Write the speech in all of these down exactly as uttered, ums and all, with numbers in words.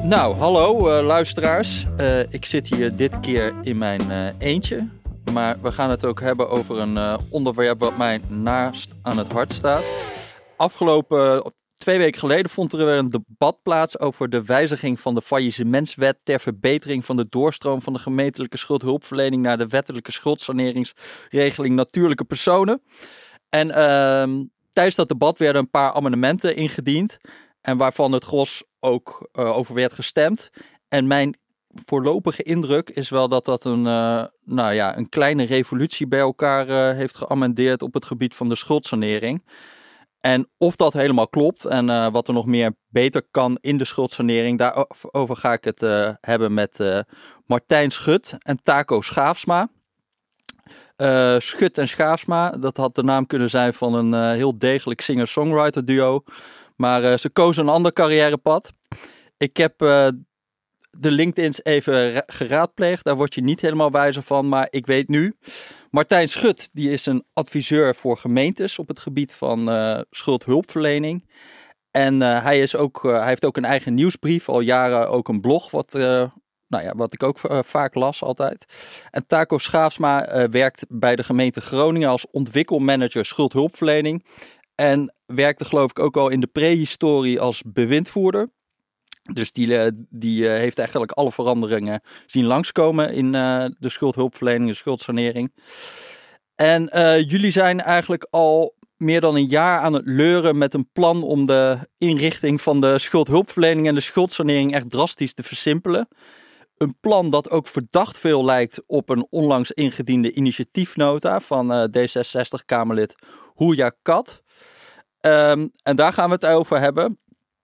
Nou, hallo uh, luisteraars. Uh, ik zit hier dit keer in mijn uh, eentje. Maar we gaan het ook hebben over een uh, onderwerp wat mij naast aan het hart staat. Afgelopen uh, twee weken geleden vond er weer een debat plaats over de wijziging van de faillissementswet ter verbetering van de doorstroom van de gemeentelijke schuldhulpverlening naar de wettelijke schuldsaneringsregeling natuurlijke personen. En uh, tijdens dat debat werden een paar amendementen ingediend en waarvan het gros ook uh, over werd gestemd. En mijn voorlopige indruk is wel dat dat een, uh, nou ja, een kleine revolutie bij elkaar uh, heeft geamendeerd op het gebied van de schuldsanering. En of dat helemaal klopt en uh, wat er nog meer beter kan in de schuldsanering, daarover ga ik het uh, hebben met uh, Martijn Schut en Taco Schaafsma. Uh, Schut en Schaafsma, dat had de naam kunnen zijn van een uh, heel degelijk singer-songwriter duo. Maar uh, ze kozen een ander carrièrepad. Ik heb uh, de LinkedIn's even ra- geraadpleegd. Daar word je niet helemaal wijzer van. Maar ik weet nu. Martijn Schut, die is een adviseur voor gemeentes op het gebied van uh, schuldhulpverlening. En uh, hij, is ook, uh, hij heeft ook een eigen nieuwsbrief. Al jaren ook een blog. Wat, uh, nou ja, wat ik ook uh, vaak las altijd. En Taco Schaafsma uh, werkt bij de gemeente Groningen als ontwikkelmanager schuldhulpverlening. En werkte geloof ik ook al in de prehistorie als bewindvoerder. Dus die, die heeft eigenlijk alle veranderingen zien langskomen in uh, de schuldhulpverlening, de schuldsanering. En uh, jullie zijn eigenlijk al meer dan een jaar aan het leuren met een plan om de inrichting van de schuldhulpverlening en de schuldsanering echt drastisch te versimpelen. Een plan dat ook verdacht veel lijkt op een onlangs ingediende initiatiefnota van uh, D zesenzestig-Kamerlid Hülya Kat. Um, en daar gaan we het over hebben.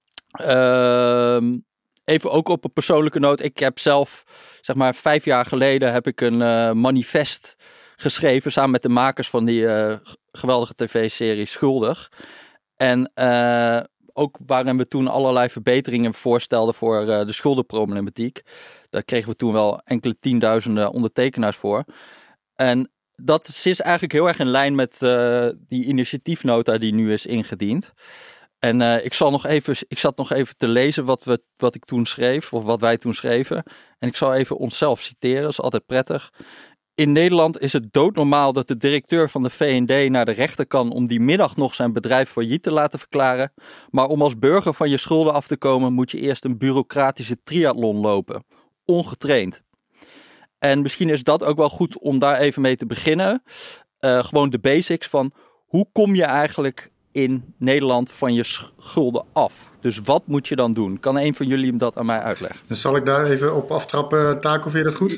Um, even ook op een persoonlijke noot. Ik heb zelf, zeg maar vijf jaar geleden, heb ik een uh, manifest geschreven samen met de makers van die uh, geweldige tv-serie Schuldig. En uh, ook waarin we toen allerlei verbeteringen voorstelden voor uh, de schuldenproblematiek. Daar kregen we toen wel enkele tienduizenden ondertekenaars voor. En dat is eigenlijk heel erg in lijn met uh, die initiatiefnota die nu is ingediend. En uh, ik, zal nog even, ik zat nog even te lezen wat, we, wat ik toen schreef, of wat wij toen schreven. En ik zal even onszelf citeren, dat is altijd prettig. In Nederland is het doodnormaal dat de directeur van de V en D naar de rechter kan om die middag nog zijn bedrijf failliet te laten verklaren. Maar om als burger van je schulden af te komen moet je eerst een bureaucratische triathlon lopen. Ongetraind. En misschien is dat ook wel goed om daar even mee te beginnen. Uh, gewoon de basics van hoe kom je eigenlijk in Nederland van je schulden af? Dus wat moet je dan doen? Kan een van jullie dat aan mij uitleggen? Dus zal ik daar even op aftrappen, Taco, vind je dat goed?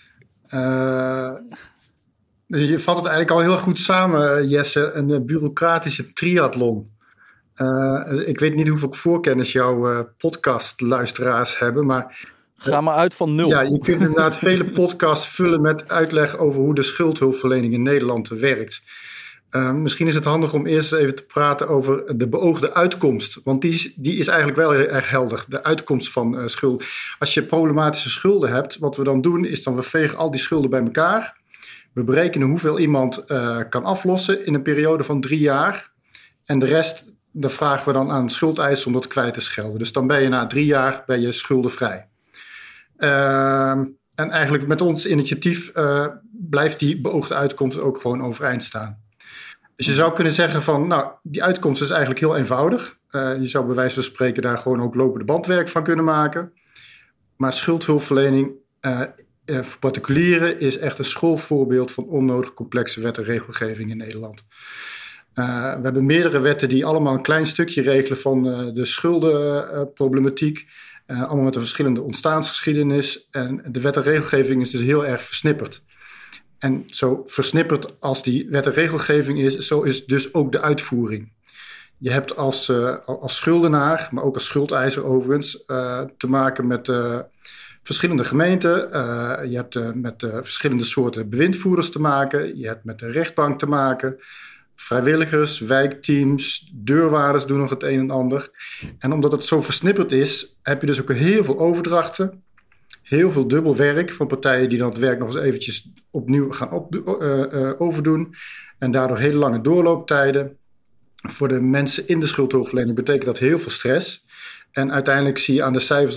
Uh, je vat het eigenlijk al heel goed samen, Jesse. Een uh, bureaucratische triathlon. Uh, ik weet niet hoeveel voorkennis jouw uh, podcastluisteraars hebben, maar ga maar uit van nul. Ja, je kunt inderdaad vele podcasts vullen met uitleg over hoe de schuldhulpverlening in Nederland werkt. Uh, misschien is het handig om eerst even te praten over de beoogde uitkomst. Want die is, die is eigenlijk wel heel erg helder. De uitkomst van uh, schuld. Als je problematische schulden hebt, wat we dan doen is dan we vegen al die schulden bij elkaar. We berekenen hoeveel iemand uh, kan aflossen in een periode van drie jaar. En de rest, daar vragen we dan aan schuldeisers om dat kwijt te schelden. Dus dan ben je na drie jaar ben je schuldenvrij. Uh, en eigenlijk met ons initiatief uh, blijft die beoogde uitkomst ook gewoon overeind staan. Dus je zou kunnen zeggen van, nou, die uitkomst is eigenlijk heel eenvoudig. Uh, je zou bij wijze van spreken daar gewoon ook lopende bandwerk van kunnen maken. Maar schuldhulpverlening uh, uh, voor particulieren is echt een schoolvoorbeeld van onnodig complexe wet en regelgeving in Nederland. Uh, we hebben meerdere wetten die allemaal een klein stukje regelen van uh, de schuldenproblematiek. Uh, allemaal met een verschillende ontstaansgeschiedenis. En de wet en regelgeving is dus heel erg versnipperd. En zo versnipperd als die wet en regelgeving is, zo is dus ook de uitvoering. Je hebt als, uh, als schuldenaar, maar ook als schuldeiser overigens, uh, te maken met uh, verschillende gemeenten. Uh, je hebt uh, met uh, verschillende soorten bewindvoerders te maken. Je hebt met de rechtbank te maken. Vrijwilligers, wijkteams, deurwaarders doen nog het een en ander. En omdat het zo versnipperd is, heb je dus ook heel veel overdrachten. Heel veel dubbel werk van partijen die dan het werk nog eens eventjes opnieuw gaan op, uh, uh, overdoen. En daardoor hele lange doorlooptijden. Voor de mensen in de schuldhulpverlening betekent dat heel veel stress. En uiteindelijk zie je aan de cijfers dat ook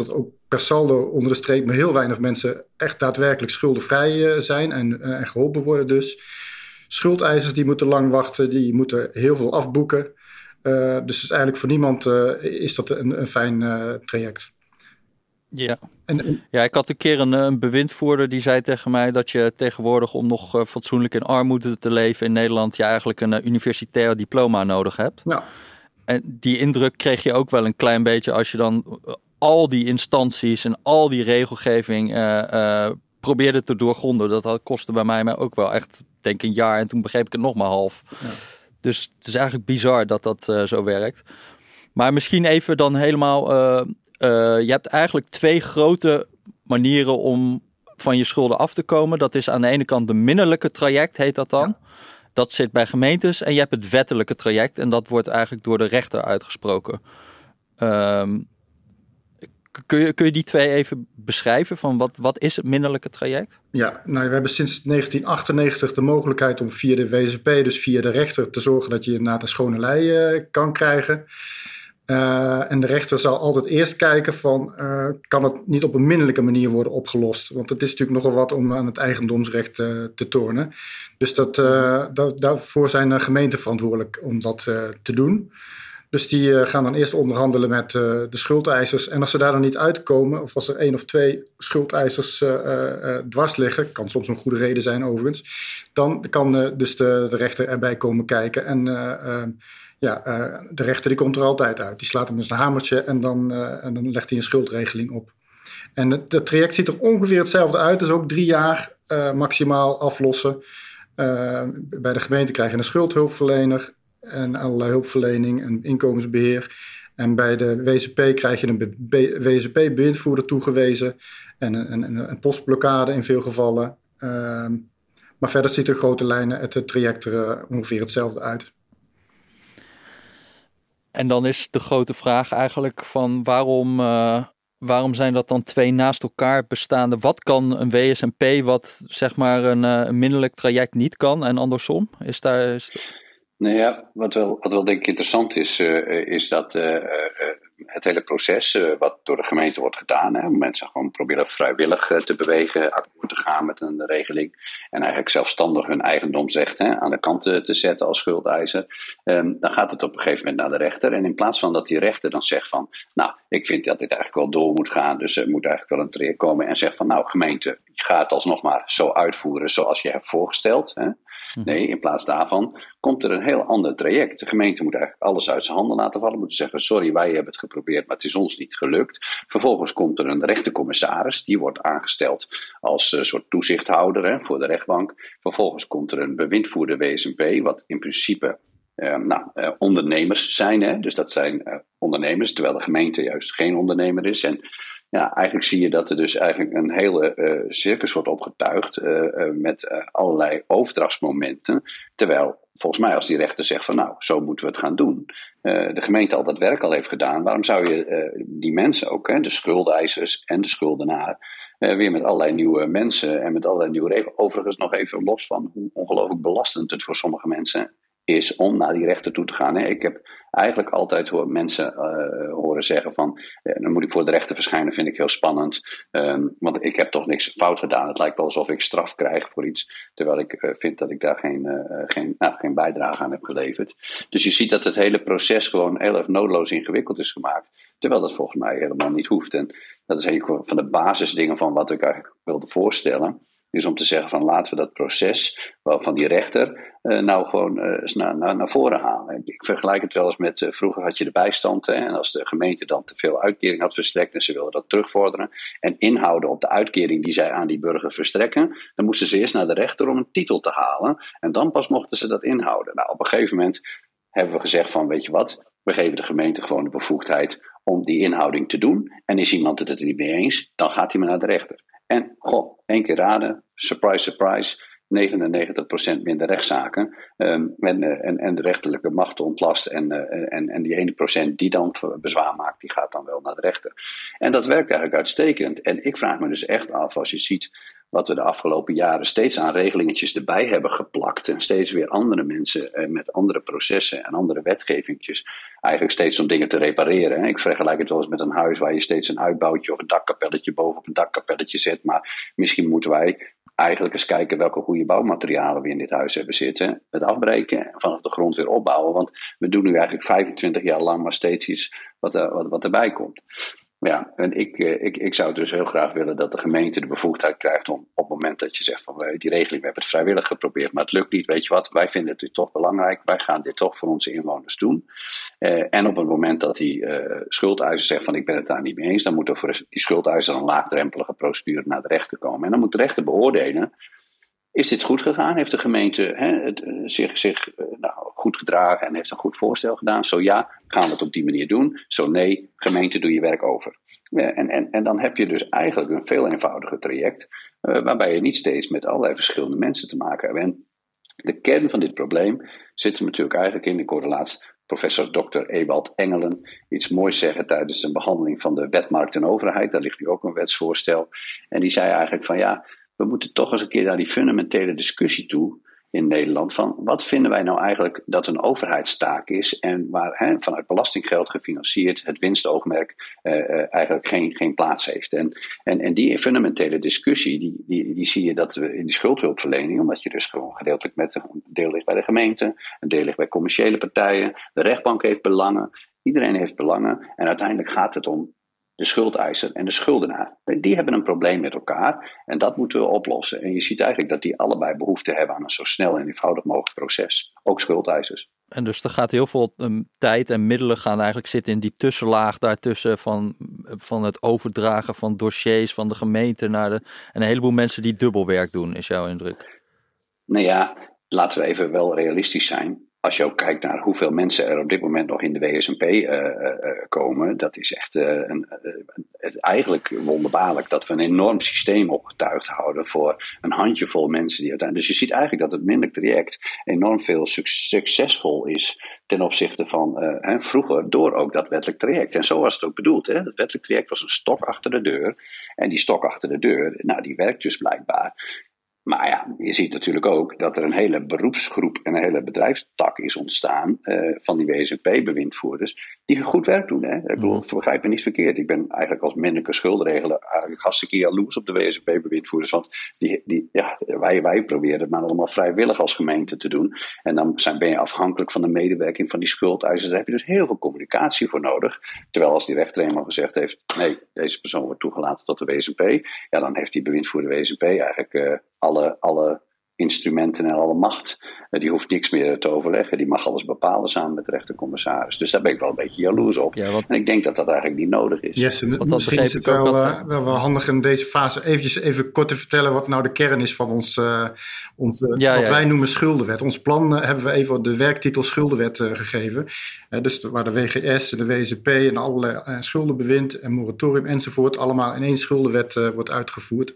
per saldo onder de streep maar heel weinig mensen echt daadwerkelijk schuldenvrij uh, zijn en, uh, en geholpen worden dus. Schuldeisers die moeten lang wachten, die moeten heel veel afboeken. Uh, dus, dus eigenlijk voor niemand uh, is dat een, een fijn uh, traject. Ja. En, ja, ik had een keer een, een bewindvoerder die zei tegen mij dat je tegenwoordig om nog uh, fatsoenlijk in armoede te leven in Nederland, je eigenlijk een uh, universitair diploma nodig hebt. Ja. En die indruk kreeg je ook wel een klein beetje als je dan uh, al die instanties en al die regelgeving uh, uh, probeerde te doorgronden. Dat kostte bij mij, mij ook wel echt, denk ik, een jaar en toen begreep ik het nog maar half. Ja. Dus het is eigenlijk bizar dat dat uh, zo werkt. Maar misschien even dan helemaal... Uh, uh, je hebt eigenlijk twee grote manieren om van je schulden af te komen. Dat is aan de ene kant de minnelijke traject, heet dat dan. Ja. Dat zit bij gemeentes. En je hebt het wettelijke traject. En dat wordt eigenlijk door de rechter uitgesproken. Um, kun, je, kun je die twee even beschrijven? Van wat, wat is het minnelijke traject? Ja, nou, we hebben sinds negentien achtennegentig de mogelijkheid om via de W S P, dus via de rechter, te zorgen dat je inderdaad een schone lei uh, kan krijgen. Uh, en de rechter zal altijd eerst kijken van, uh, kan het niet op een minnelijke manier worden opgelost? Want het is natuurlijk nogal wat om aan het eigendomsrecht uh, te tornen. Dus dat, uh, dat, daarvoor zijn gemeenten verantwoordelijk om dat uh, te doen. Dus die uh, gaan dan eerst onderhandelen met uh, de schuldeisers. En als ze daar dan niet uitkomen, of als er één of twee schuldeisers uh, uh, dwars liggen, kan soms een goede reden zijn overigens, dan kan uh, dus de, de rechter erbij komen kijken. En uh, uh, ja, uh, de rechter die komt er altijd uit. Die slaat hem dus een hamertje en dan, uh, en dan legt hij een schuldregeling op. En het, het traject ziet er ongeveer hetzelfde uit. Dus ook drie jaar uh, maximaal aflossen. Uh, bij de gemeente krijg je een schuldhulpverlener en allerlei hulpverlening en inkomensbeheer. En bij de W S P krijg je een W S P-bewindvoerder toegewezen en een, een, een postblokkade in veel gevallen. Uh, maar verder ziet er grote lijnen het, het traject er uh, ongeveer hetzelfde uit. En dan is de grote vraag eigenlijk van waarom, uh, waarom zijn dat dan twee naast elkaar bestaande? Wat kan een W S P wat zeg maar een, uh, een minnelijk traject niet kan en andersom? Is daar... Is... Nou ja, wat wel, wat wel denk ik interessant is, uh, is dat uh, uh, het hele proces uh, wat door de gemeente wordt gedaan, hè, mensen gewoon proberen vrijwillig uh, te bewegen, akkoord te gaan met een regeling en eigenlijk zelfstandig hun eigendomsrecht hè, aan de kant te, te zetten als schuldeiser, um, dan gaat het op een gegeven moment naar de rechter. En in plaats van dat die rechter dan zegt van, nou, ik vind dat dit eigenlijk wel door moet gaan, dus er moet eigenlijk wel een traject komen en zegt van, nou gemeente, je gaat het alsnog maar zo uitvoeren zoals je hebt voorgesteld, hè. Nee, in plaats daarvan komt er een heel ander traject. De gemeente moet eigenlijk alles uit zijn handen laten vallen. Moet zeggen, sorry, wij hebben het geprobeerd, maar het is ons niet gelukt. Vervolgens komt er een rechtercommissaris. Die wordt aangesteld als uh, soort toezichthouder hè, voor de rechtbank. Vervolgens komt er een bewindvoerder W S P, wat in principe uh, nou, uh, ondernemers zijn. Hè? Dus dat zijn uh, ondernemers, terwijl de gemeente juist geen ondernemer is. En ja, eigenlijk zie je dat er dus eigenlijk een hele uh, circus wordt opgetuigd uh, uh, met uh, allerlei overdrachtsmomenten. Terwijl volgens mij als die rechter zegt van nou, zo moeten we het gaan doen. Uh, de gemeente al dat werk al heeft gedaan. Waarom zou je uh, die mensen ook, hè, de schuldeisers en de schuldenaar, uh, weer met allerlei nieuwe mensen en met allerlei nieuwe regels. Overigens nog even los van hoe ongelooflijk belastend het voor sommige mensen is om naar die rechter toe te gaan. Ik heb eigenlijk altijd hoor mensen uh, horen zeggen van, uh, dan moet ik voor de rechter verschijnen, vind ik heel spannend. Um, want ik heb toch niks fout gedaan. Het lijkt wel alsof ik straf krijg voor iets, terwijl ik uh, vind dat ik daar geen, uh, geen, nou, geen bijdrage aan heb geleverd. Dus je ziet dat het hele proces gewoon heel erg noodloos ingewikkeld is gemaakt, terwijl dat volgens mij helemaal niet hoeft. En dat is een van de basisdingen van wat ik eigenlijk wilde voorstellen. Is om te zeggen van laten we dat proces van die rechter uh, nou gewoon uh, naar, naar, naar voren halen. Ik vergelijk het wel eens met, uh, vroeger had je de bijstand hè, en als de gemeente dan te veel uitkering had verstrekt en ze wilden dat terugvorderen en inhouden op de uitkering die zij aan die burger verstrekken, dan moesten ze eerst naar de rechter om een titel te halen en dan pas mochten ze dat inhouden. Nou, op een gegeven moment hebben we gezegd van weet je wat, we geven de gemeente gewoon de bevoegdheid om die inhouding te doen en is iemand het er niet mee eens, dan gaat hij maar naar de rechter. En, goh, één keer raden, surprise, surprise, negenennegentig procent minder rechtszaken. Um, en, en, en de rechterlijke macht ontlast. En, uh, en, en die ene procent die dan bezwaar maakt, die gaat dan wel naar de rechter. En dat werkt eigenlijk uitstekend. En ik vraag me dus echt af, als je ziet wat we de afgelopen jaren steeds aan regelingetjes erbij hebben geplakt. En steeds weer andere mensen eh, met andere processen en andere wetgevingjes. Eigenlijk steeds om dingen te repareren. Hè. Ik vergelijk het wel eens met een huis waar je steeds een uitbouwtje of een dakkapelletje bovenop een dakkapelletje zet. Maar misschien moeten wij eigenlijk eens kijken welke goede bouwmaterialen we in dit huis hebben zitten. Het afbreken en vanaf de grond weer opbouwen. Want we doen nu eigenlijk vijfentwintig jaar lang maar steeds iets wat, uh, wat, wat erbij komt. Ja, en ik, ik, ik zou dus heel graag willen dat de gemeente de bevoegdheid krijgt om op het moment dat je zegt van die regeling, we hebben het vrijwillig geprobeerd, maar het lukt niet, weet je wat, wij vinden het toch belangrijk, wij gaan dit toch voor onze inwoners doen. Uh, en op het moment dat die uh, schuldeiser zegt van ik ben het daar niet mee eens, dan moet er voor die schuldeiser een laagdrempelige procedure naar de rechter komen. En dan moet de rechter beoordelen, is dit goed gegaan? Heeft de gemeente hè, het, zich, zich nou, goed gedragen en heeft een goed voorstel gedaan? Zo ja, gaan we het op die manier doen. Zo nee, gemeente, doe je werk over. Ja, en, en, en dan heb je dus eigenlijk een veel eenvoudiger traject, uh, waarbij je niet steeds met allerlei verschillende mensen te maken hebt. En de kern van dit probleem zit er natuurlijk eigenlijk in. Ik hoorde laatst professor dokter Ewald Engelen iets moois zeggen tijdens een behandeling van de wet markt en overheid. Daar ligt nu ook een wetsvoorstel. En die zei eigenlijk van ja, we moeten toch eens een keer naar die fundamentele discussie toe in Nederland van wat vinden wij nou eigenlijk dat een overheidstaak is en waar hè, vanuit belastinggeld gefinancierd het winstoogmerk uh, uh, eigenlijk geen, geen plaats heeft. En, en, en die fundamentele discussie, die, die, die zie je dat we in die schuldhulpverlening, omdat je dus gewoon gedeeltelijk met een deel ligt bij de gemeente, een deel ligt bij commerciële partijen, de rechtbank heeft belangen, iedereen heeft belangen en uiteindelijk gaat het om de schuldeiser en de schuldenaar. Die hebben een probleem met elkaar en dat moeten we oplossen. En je ziet eigenlijk dat die allebei behoefte hebben aan een zo snel en eenvoudig mogelijk proces. Ook schuldeisers. En dus er gaat heel veel um, tijd en middelen gaan eigenlijk zitten in die tussenlaag daartussen van, van het overdragen van dossiers van de gemeente naar de... En een heleboel mensen die dubbelwerk doen, is jouw indruk? Nou ja, laten we even wel realistisch zijn. Als je ook kijkt naar hoeveel mensen er op dit moment nog in de W S M P uh, uh, komen, dat is echt uh, een, uh, het eigenlijk wonderbaarlijk dat we een enorm systeem opgetuigd houden voor een handjevol mensen die uiteindelijk. Dus je ziet eigenlijk dat het minder traject enorm veel succesvol is ten opzichte van uh, hè, vroeger door ook dat wettelijk traject. En zo was het ook bedoeld. Hè? Het wettelijk traject was een stok achter de deur. En die stok achter de deur, nou die werkt dus blijkbaar. Maar ja, je ziet natuurlijk ook dat er een hele beroepsgroep en een hele bedrijfstak is ontstaan uh, van die W S M P-bewindvoerders die goed werk doen. Hè? Ik bedoel, begrijp me niet verkeerd. Ik ben eigenlijk als mannelijke schuldregelen eigenlijk hartstikke jaloers op de W S M P-bewindvoerders. Want die, die, ja, wij, wij proberen het maar allemaal vrijwillig als gemeente te doen. En dan zijn, ben je afhankelijk van de medewerking van die schuldeisers. Daar heb je dus heel veel communicatie voor nodig. Terwijl als die rechter eenmaal gezegd heeft, nee, deze persoon wordt toegelaten tot de W S M P. Ja, dan heeft die bewindvoerder W S M P eigenlijk uh, alle, alle instrumenten en alle macht. Die hoeft niks meer te overleggen. Die mag alles bepalen samen met de rechtercommissaris. Dus daar ben ik wel een beetje jaloers op. Ja, wat... En ik denk dat dat eigenlijk niet nodig is. Yes, en misschien is het wel, uh, wel, wel handig in deze fase eventjes even kort te vertellen wat nou de kern is van ons, uh, onze, ja, wat ja, wij ja. noemen schuldenwet. Ons plan uh, hebben we even de werktitel schuldenwet uh, gegeven. Uh, dus waar de W G S en de W S M P en alle uh, schuldenbewind en moratorium enzovoort allemaal in één schuldenwet uh, wordt uitgevoerd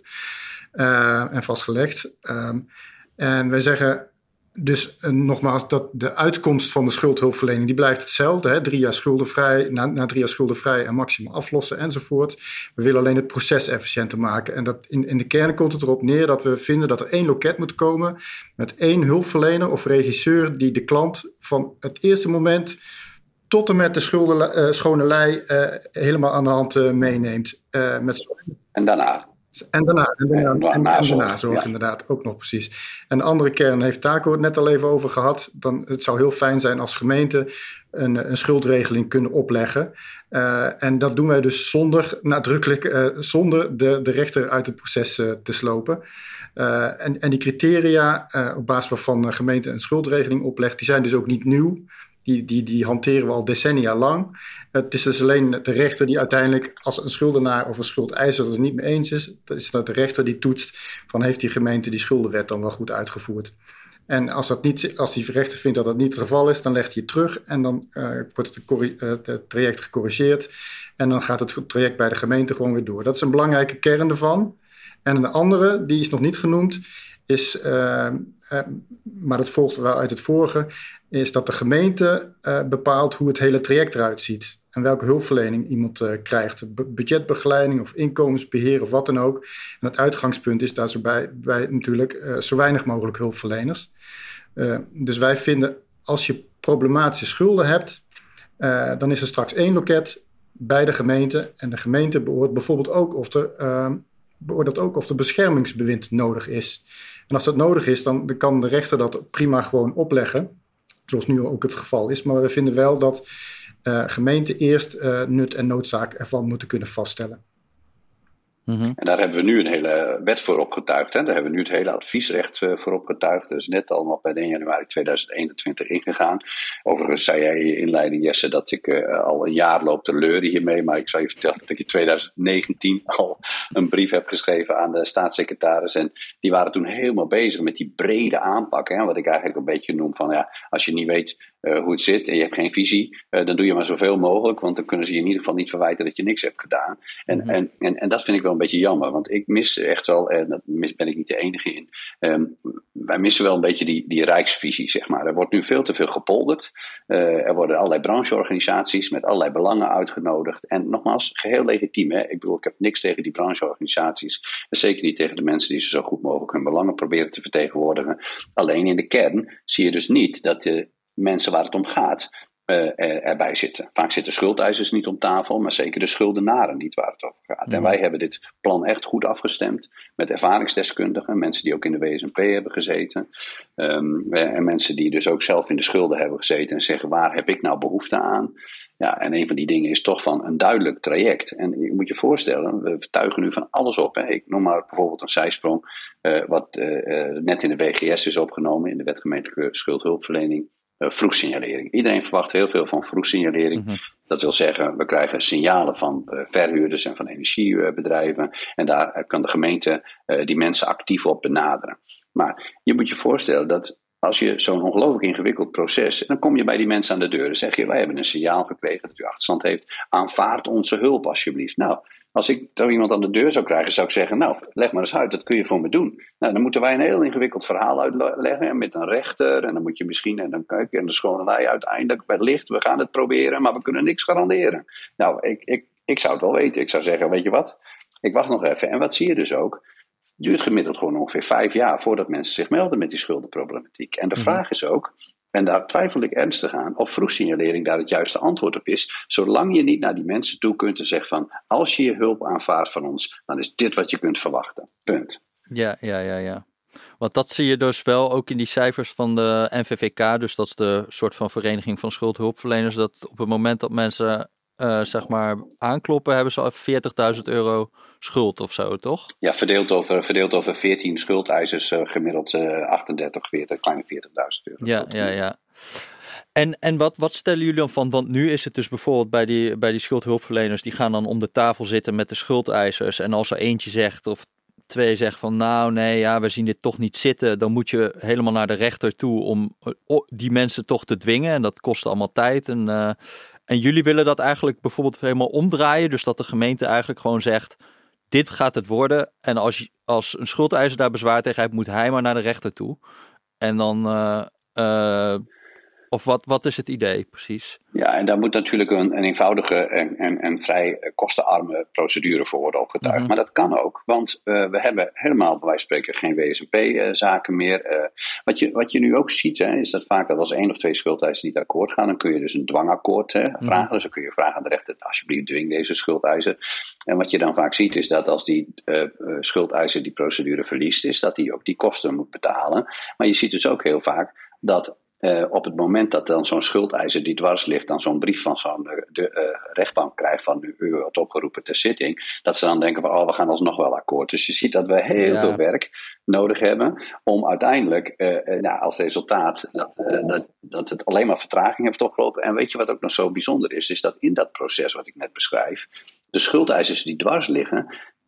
uh, en vastgelegd. Um, En wij zeggen dus uh, nogmaals dat de uitkomst van de schuldhulpverlening die blijft hetzelfde. Hè? Drie jaar schuldenvrij, na, na drie jaar schuldenvrij en maximaal aflossen enzovoort. We willen alleen het proces efficiënter maken. En dat in, in de kern komt het erop neer dat we vinden dat er één loket moet komen met één hulpverlener of regisseur die de klant van het eerste moment tot en met de schulden, uh, schone lei uh, helemaal aan de hand uh, meeneemt. Uh, met... En daarna? En daarna, en daarna, en, en daarna zorg ja. inderdaad ook nog precies. En de andere kern heeft Taco het net al even over gehad. Dan, het zou heel fijn zijn als gemeente een, een schuldregeling kunnen opleggen. Uh, en dat doen wij dus zonder, nadrukkelijk, uh, zonder de, de rechter uit het proces uh, te slopen. Uh, en, en die criteria uh, op basis waarvan de gemeente een schuldregeling oplegt, die zijn dus ook niet nieuw. Die, die, die hanteren we al decennia lang. Het is dus alleen de rechter die uiteindelijk, als een schuldenaar of een schuldeiser het niet mee eens is, dan is dat de rechter die toetst van heeft die gemeente die schuldenwet dan wel goed uitgevoerd. En als, dat niet, als die rechter vindt dat dat niet het geval is, dan legt hij het terug en dan uh, wordt het, corri- uh, het traject gecorrigeerd. En dan gaat het traject bij de gemeente gewoon weer door. Dat is een belangrijke kern ervan. En een andere, die is nog niet genoemd, is, uh, uh, maar dat volgt wel uit het vorige, is dat de gemeente uh, bepaalt hoe het hele traject eruit ziet. en welke hulpverlening iemand uh, krijgt. B- budgetbegeleiding of inkomensbeheer of wat dan ook. En het uitgangspunt is daar zo bij, bij natuurlijk uh, zo weinig mogelijk hulpverleners. Uh, dus wij vinden, als je problematische schulden hebt, uh, dan is er straks één loket bij de gemeente. En de gemeente beoordeelt bijvoorbeeld ook of er, uh, beoordeelt ook of er beschermingsbewind nodig is. En als dat nodig is, dan, dan kan de rechter dat prima gewoon opleggen. Zoals nu ook het geval is. Maar we vinden wel dat uh, gemeenten eerst uh, nut en noodzaak ervan moeten kunnen vaststellen. Mm-hmm. En daar hebben we nu een hele wet voor opgetuigd. Hè? Daar hebben we nu het hele adviesrecht uh, voor opgetuigd. Dat is net allemaal bij één januari tweeduizend eenentwintig ingegaan. Overigens zei jij in je inleiding, Jesse, dat ik uh, al een jaar loop te leuren hiermee. Maar ik zal je vertellen dat ik in tweeduizend negentien al een brief heb geschreven aan de staatssecretaris. En die waren toen helemaal bezig met die brede aanpak. Hè? Wat ik eigenlijk een beetje noem van, ja, als je niet weet uh, hoe het zit en je hebt geen visie, uh, dan doe je maar zoveel mogelijk. Want dan kunnen ze je in ieder geval niet verwijten dat je niks hebt gedaan. En, mm-hmm. en, en, en dat vind ik wel een beetje jammer, want ik mis echt wel, en daar ben ik niet de enige in, um, wij missen wel een beetje die, die rijksvisie, zeg maar. Er wordt nu veel te veel gepolderd. Uh, er worden allerlei brancheorganisaties met allerlei belangen uitgenodigd. En nogmaals, geheel legitiem. Hè? Ik bedoel, ik heb niks tegen die brancheorganisaties. En zeker niet tegen de mensen die zo goed mogelijk hun belangen proberen te vertegenwoordigen. Alleen in de kern zie je dus niet dat de mensen waar het om gaat Uh, erbij zitten. Vaak zitten schuldeisers niet om tafel, maar zeker de schuldenaren niet waar het over gaat. Mm-hmm. En wij hebben dit plan echt goed afgestemd met ervaringsdeskundigen, mensen die ook in de W S M P hebben gezeten, um, en mensen die dus ook zelf in de schulden hebben gezeten en zeggen, waar heb ik nou behoefte aan? Ja, en een van die dingen is toch van een duidelijk traject. En je moet je voorstellen, we tuigen nu van alles op. Hè. Ik noem maar bijvoorbeeld een zijsprong, uh, wat uh, uh, net in de W G S is opgenomen, in de Wet gemeentelijke schuldhulpverlening. Uh, vroegsignalering. Iedereen verwacht heel veel van vroegsignalering. Mm-hmm. Dat wil zeggen, we krijgen signalen van uh, verhuurders en van energiebedrijven. En daar uh, kan de gemeente uh, die mensen actief op benaderen. Maar je moet je voorstellen dat als je zo'n ongelooflijk ingewikkeld proces, dan kom je bij die mensen aan de deur. Dan zeg je, wij hebben een signaal gekregen dat u achterstand heeft. Aanvaard onze hulp alsjeblieft. Nou, als ik zo iemand aan de deur zou krijgen, zou ik zeggen, nou, leg maar eens uit, dat kun je voor me doen. Nou, dan moeten wij een heel ingewikkeld verhaal uitleggen met een rechter. En dan moet je misschien, en dan kijk je en de schoonelij uiteindelijk, wellicht, we gaan het proberen, maar we kunnen niks garanderen. Nou, ik, ik, ik zou het wel weten. Ik zou zeggen, weet je wat, ik wacht nog even. En wat zie je dus ook? Het duurt gemiddeld gewoon ongeveer vijf jaar voordat mensen zich melden met die schuldenproblematiek. En de mm-hmm. vraag is ook, en daar twijfel ik ernstig aan, of vroegsignalering daar het juiste antwoord op is. Zolang je niet naar die mensen toe kunt en zegt van, als je je hulp aanvaardt van ons, dan is dit wat je kunt verwachten. Punt. Ja, ja, ja, ja. Want dat zie je dus wel ook in die cijfers van de N V V K. Dus dat is de soort van vereniging van schuldhulpverleners. Dat op het moment dat mensen uh, zeg maar aankloppen, hebben ze al veertigduizend euro schuld of zo, toch? Ja, verdeeld over, verdeeld over veertien schuldeisers, uh, gemiddeld uh, achtendertig, veertig, kleine veertigduizend euro. Ja, ja, ja. En, en wat, wat stellen jullie dan van? Want nu is het dus bijvoorbeeld bij die, bij die schuldhulpverleners, die gaan dan om de tafel zitten met de schuldeisers. En als er eentje zegt of twee zegt van nou nee, ja, we zien dit toch niet zitten, dan moet je helemaal naar de rechter toe om die mensen toch te dwingen. En dat kost allemaal tijd. En, uh, en jullie willen dat eigenlijk bijvoorbeeld helemaal omdraaien. Dus dat de gemeente eigenlijk gewoon zegt, dit gaat het worden. En als, als een schuldeiser daar bezwaar tegen heeft, moet hij maar naar de rechter toe. En dan... Uh, uh, Of wat, wat is het idee precies? Ja, en daar moet natuurlijk een, een eenvoudige en, en, en vrij kostenarme procedure voor worden opgetuigd. Mm-hmm. Maar dat kan ook, want uh, we hebben helemaal bij wijze van spreken geen W S M P-zaken meer. Uh, wat, je, wat je nu ook ziet, hè, is dat vaak dat als één of twee schuldeisers niet akkoord gaan, dan kun je dus een dwangakkoord hè, vragen. Mm-hmm. Dus dan kun je vragen aan de rechter, alsjeblieft dwing deze schuldeiser. En wat je dan vaak ziet is dat als die uh, uh, schuldeiser die procedure verliest, is dat hij ook die kosten moet betalen. Maar je ziet dus ook heel vaak dat Uh, op het moment dat dan zo'n schuldeiser die dwars ligt, dan zo'n brief van zo'n uh, de, uh, rechtbank krijgt van u, u wordt opgeroepen ter zitting, dat ze dan denken van oh, we gaan alsnog wel akkoord. Dus je ziet dat we heel ja. veel werk nodig hebben om uiteindelijk uh, uh, nou, als resultaat dat, uh, dat, dat het alleen maar vertraging heeft opgelopen. En weet je wat ook nog zo bijzonder is, is dat in dat proces wat ik net beschrijf, de schuldeisers die dwars liggen,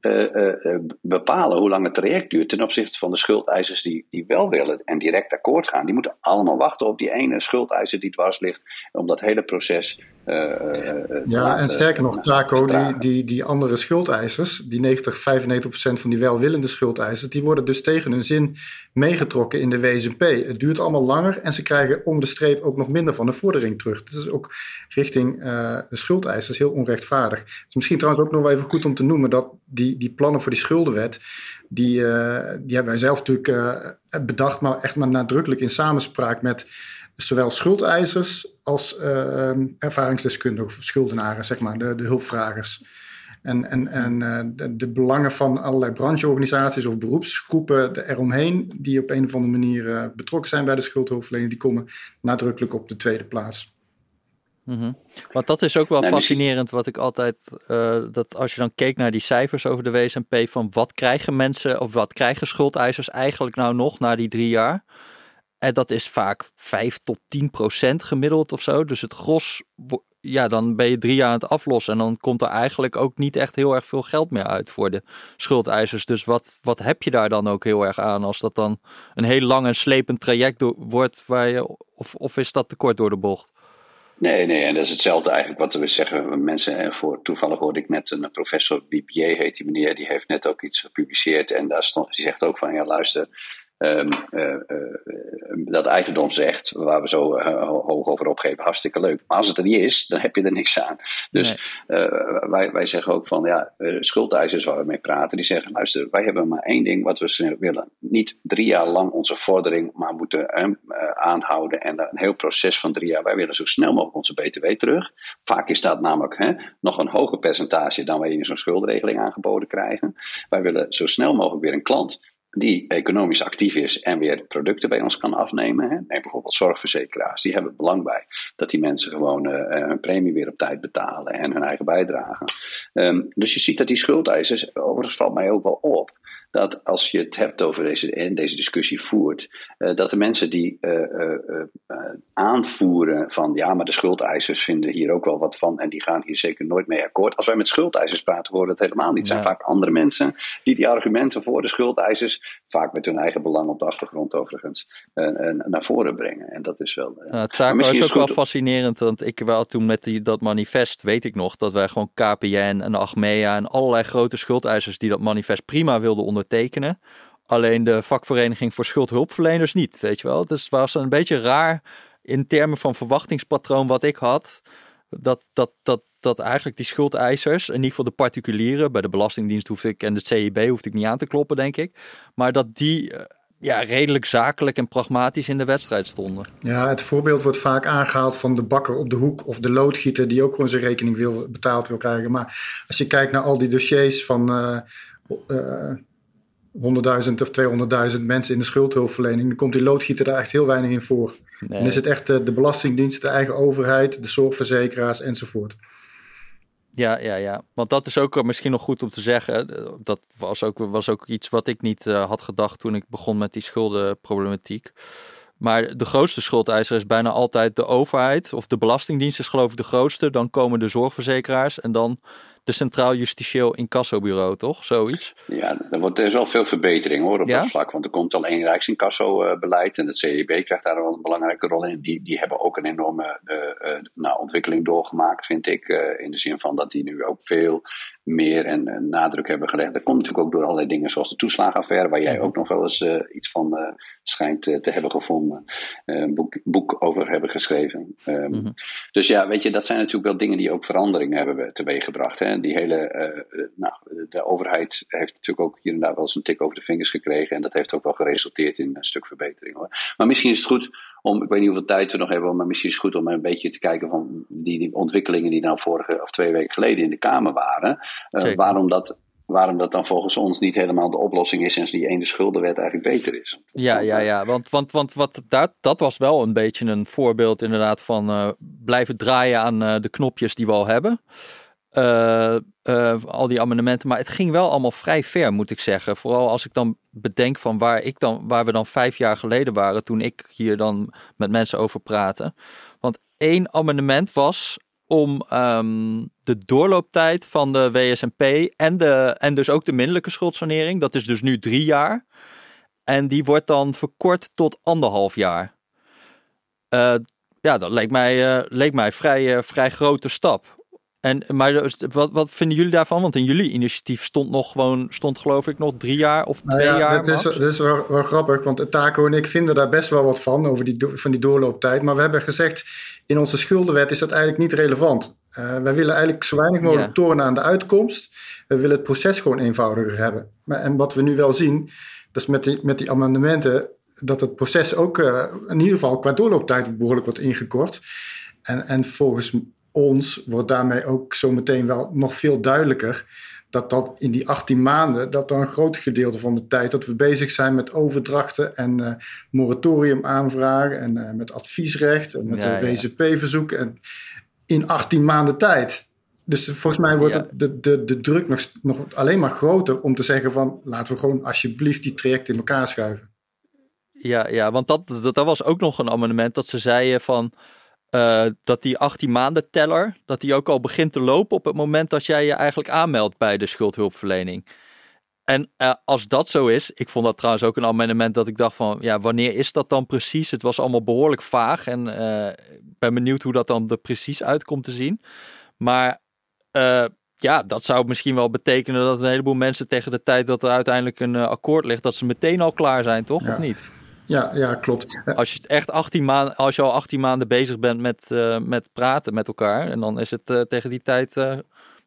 uh, uh, bepalen hoe lang het traject duurt ten opzichte van de schuldeisers die, die wel willen en direct akkoord gaan. Die moeten allemaal wachten op die ene schuldeiser die dwars ligt om dat hele proces uh, uh, Ja, laten, en sterker nog, uh, Taco, die, die, die andere schuldeisers, die negentig, vijfennegentig procent van die welwillende schuldeisers, die worden dus tegen hun zin meegetrokken in de W S M P. Het duurt allemaal langer en ze krijgen om de streep ook nog minder van de vordering terug. Dat is ook richting uh, de schuldeisers heel onrechtvaardig. Het is misschien trouwens ook nog wel even goed om te noemen dat die, die plannen voor die schuldenwet, die, uh, die hebben wij zelf natuurlijk uh, bedacht, maar echt maar nadrukkelijk in samenspraak met zowel schuldeisers als uh, ervaringsdeskundigen of schuldenaren, zeg maar, de, de hulpvragers. En, en, en uh, de, de belangen van allerlei brancheorganisaties of beroepsgroepen eromheen, die op een of andere manier uh, betrokken zijn bij de schuldhulpverlening, die komen nadrukkelijk op de tweede plaats. Mm-hmm. Want dat is ook wel nee, fascinerend wat ik altijd, uh, dat als je dan keek naar die cijfers over de W S M P, van wat krijgen mensen of wat krijgen schuldeisers eigenlijk nou nog na die drie jaar? En dat is vaak vijf tot tien procent gemiddeld of zo. Dus het gros, ja, dan ben je drie jaar aan het aflossen. En dan komt er eigenlijk ook niet echt heel erg veel geld meer uit voor de schuldeisers. Dus wat, wat heb je daar dan ook heel erg aan als dat dan een heel lang en slepend traject do- wordt? Waar je, of, of is dat te kort door de bocht? Nee, nee, en dat is hetzelfde eigenlijk wat we zeggen. Mensen, voor, toevallig hoorde ik net een professor, Wipier heet die meneer, die heeft net ook iets gepubliceerd. En daar stond, die zegt ook van, ja luister, Um, uh, uh, dat eigendomsrecht, waar we zo uh, hoog over opgeven, hartstikke leuk. Maar als het er niet is, dan heb je er niks aan. Dus nee. uh, wij, wij zeggen ook van, ja, uh, schuldeisers waar we mee praten, die zeggen, luister, wij hebben maar één ding wat we willen. Niet drie jaar lang onze vordering, maar moeten uh, uh, aanhouden en een heel proces van drie jaar. Wij willen zo snel mogelijk onze B T W terug. Vaak is dat namelijk hè, nog een hoger percentage dan wij in zo'n schuldregeling aangeboden krijgen. Wij willen zo snel mogelijk weer een klant die economisch actief is en weer producten bij ons kan afnemen. Hè. Neem bijvoorbeeld zorgverzekeraars. Die hebben belang bij dat die mensen gewoon uh, hun premie weer op tijd betalen en hun eigen bijdrage. Um, dus je ziet dat die schuldeisers, overigens valt mij ook wel op, dat als je het hebt over deze, en deze discussie voert, uh, dat de mensen die uh, uh, uh, aanvoeren van ja, maar de schuldeisers vinden hier ook wel wat van en die gaan hier zeker nooit mee akkoord. Als wij met schuldeisers praten, horen het helemaal niet. Het zijn ja. vaak andere mensen die die argumenten voor de schuldeisers, vaak met hun eigen belang op de achtergrond overigens, uh, uh, naar voren brengen. En dat is wel... Uh, uh, Taco is ook is wel fascinerend, want ik wel toen met die, dat manifest, weet ik nog, dat wij gewoon K P N en Achmea en allerlei grote schuldeisers die dat manifest prima wilden ondertekenen. Alleen de vakvereniging voor schuldhulpverleners niet, weet je wel. Dus het was een beetje raar in termen van verwachtingspatroon wat ik had. Dat, dat, dat, dat eigenlijk die schuldeisers, in ieder geval de particulieren, bij de Belastingdienst hoef ik en de C I B hoefde ik niet aan te kloppen, denk ik. Maar dat die ja, redelijk zakelijk en pragmatisch in de wedstrijd stonden. Ja, het voorbeeld wordt vaak aangehaald van de bakker op de hoek of de loodgieter die ook gewoon zijn rekening wil, betaald wil krijgen. Maar als je kijkt naar al die dossiers van uh, uh, honderdduizend of tweehonderdduizend mensen in de schuldhulpverlening, dan komt die loodgieter daar echt heel weinig in voor. Nee. Dan is het echt de, de Belastingdienst, de eigen overheid, de zorgverzekeraars enzovoort. Ja, ja, ja. Want dat is ook misschien nog goed om te zeggen. Dat was ook, was ook iets wat ik niet uh, had gedacht toen ik begon met die schuldenproblematiek. Maar de grootste schuldeiser is bijna altijd de overheid. Of de Belastingdienst is geloof ik de grootste. Dan komen de zorgverzekeraars en dan de Centraal Justitieel Incassobureau, toch? Zoiets. Ja, er, wordt, er is wel veel verbetering hoor op ja? dat vlak. Want er komt al één Rijksincassobeleid en het C I B krijgt daar wel een belangrijke rol in. Die, die hebben ook een enorme uh, uh, nou, ontwikkeling doorgemaakt, vind ik. Uh, in de zin van dat die nu ook veel meer en uh, nadruk hebben gelegd. Dat komt natuurlijk ook door allerlei dingen zoals de toeslagenaffaire, waar jij ja. ook nog wel eens uh, iets van uh, schijnt uh, te hebben gevonden. Uh, een boek, boek over hebben geschreven. Um, mm-hmm. Dus ja, weet je, dat zijn natuurlijk wel dingen die ook veranderingen hebben teweeggebracht. Hè. Die hele, uh, nou, de overheid heeft natuurlijk ook hier en daar wel eens een tik over de vingers gekregen. En dat heeft ook wel geresulteerd in een stuk verbetering. Hoor. Maar misschien is het goed om, ik weet niet hoeveel tijd we nog hebben, maar misschien is het goed om een beetje te kijken van die, die ontwikkelingen die nou vorige of twee weken geleden in de Kamer waren. Uh, waarom dat... Waarom dat dan volgens ons niet helemaal de oplossing is en die ene schuldenwet eigenlijk beter is. Ja, ja, ja. Want, want, want wat, dat, dat was wel een beetje een voorbeeld inderdaad van uh, blijven draaien aan uh, de knopjes die we al hebben. Uh, uh, al die amendementen. Maar het ging wel allemaal vrij ver, moet ik zeggen. Vooral als ik dan bedenk van waar, ik dan, waar we dan vijf jaar geleden waren toen ik hier dan met mensen over praatte. Want één amendement was om um, de doorlooptijd van de W S M P en, de, en dus ook de minderlijke schuldsanering. Dat is dus nu drie jaar. En die wordt dan verkort tot anderhalf jaar. Uh, ja, dat leek mij, uh, leek mij vrij, uh, vrij grote stap. En, maar wat, wat vinden jullie daarvan? Want in jullie initiatief stond nog gewoon, stond geloof ik nog drie jaar of twee nou ja, jaar. Dat is, dat is wel, wel grappig, want Taco en ik vinden daar best wel wat van, over die, van die doorlooptijd. Maar we hebben gezegd, in onze schuldenwet is dat eigenlijk niet relevant. Uh, wij willen eigenlijk zo weinig mogelijk ja. tornen aan de uitkomst. We willen het proces gewoon eenvoudiger hebben. Maar, en wat we nu wel zien, dat is met die, met die amendementen, dat het proces ook uh, in ieder geval qua doorlooptijd behoorlijk wordt ingekort. En, en volgens ons wordt daarmee ook zometeen wel nog veel duidelijker dat dat in die achttien maanden, dat dan een groot gedeelte van de tijd dat we bezig zijn met overdrachten en uh, moratorium aanvragen en uh, met adviesrecht en met ja, de W S P-verzoek en in achttien maanden tijd. Dus volgens mij wordt ja. het, de, de, de druk nog, nog alleen maar groter om te zeggen van laten we gewoon alsjeblieft die trajecten in elkaar schuiven. Ja, ja, want dat, dat, dat was ook nog een amendement dat ze zeiden van Uh, dat die achttien maanden teller, dat die ook al begint te lopen op het moment dat jij je eigenlijk aanmeldt bij de schuldhulpverlening. En uh, als dat zo is, ik vond dat trouwens ook een amendement dat ik dacht van, ja, wanneer is dat dan precies? Het was allemaal behoorlijk vaag en uh, ik ben benieuwd hoe dat dan er precies uitkomt te zien. Maar uh, ja, dat zou misschien wel betekenen dat een heleboel mensen tegen de tijd dat er uiteindelijk een uh, akkoord ligt, dat ze meteen al klaar zijn, toch? Ja. Of niet? Ja, ja, klopt. Als je echt achttien maanden, als je al achttien maanden bezig bent met, uh, met praten met elkaar, en dan is het uh, tegen die tijd. Uh...